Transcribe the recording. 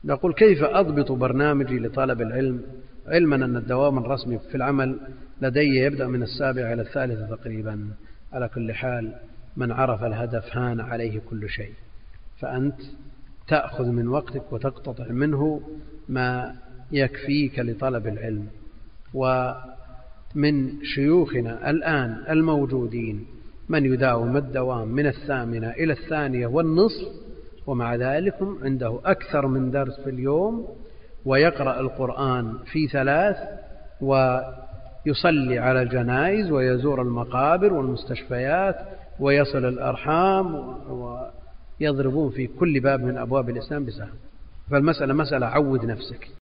نقول: كيف أضبط برنامجي لطلب العلم، علما أن الدوام الرسمي في العمل لدي يبدأ من 7 إلى 3 تقريبا. على كل حال، من عرف الهدف هان عليه كل شيء، فأنت تأخذ من وقتك وتقتطع منه ما يكفيك لطلب العلم. ومن شيوخنا الآن الموجودين من يداوم الدوام من 8 إلى 2:30، ومع ذلك عنده أكثر من درس في اليوم، ويقرأ القرآن في 3، ويصلي على الجنائز، ويزور المقابر والمستشفيات، ويصل الأرحام، ويضربون في كل باب من أبواب الإسلام بسهم. فالمسألة مسألة عود نفسك.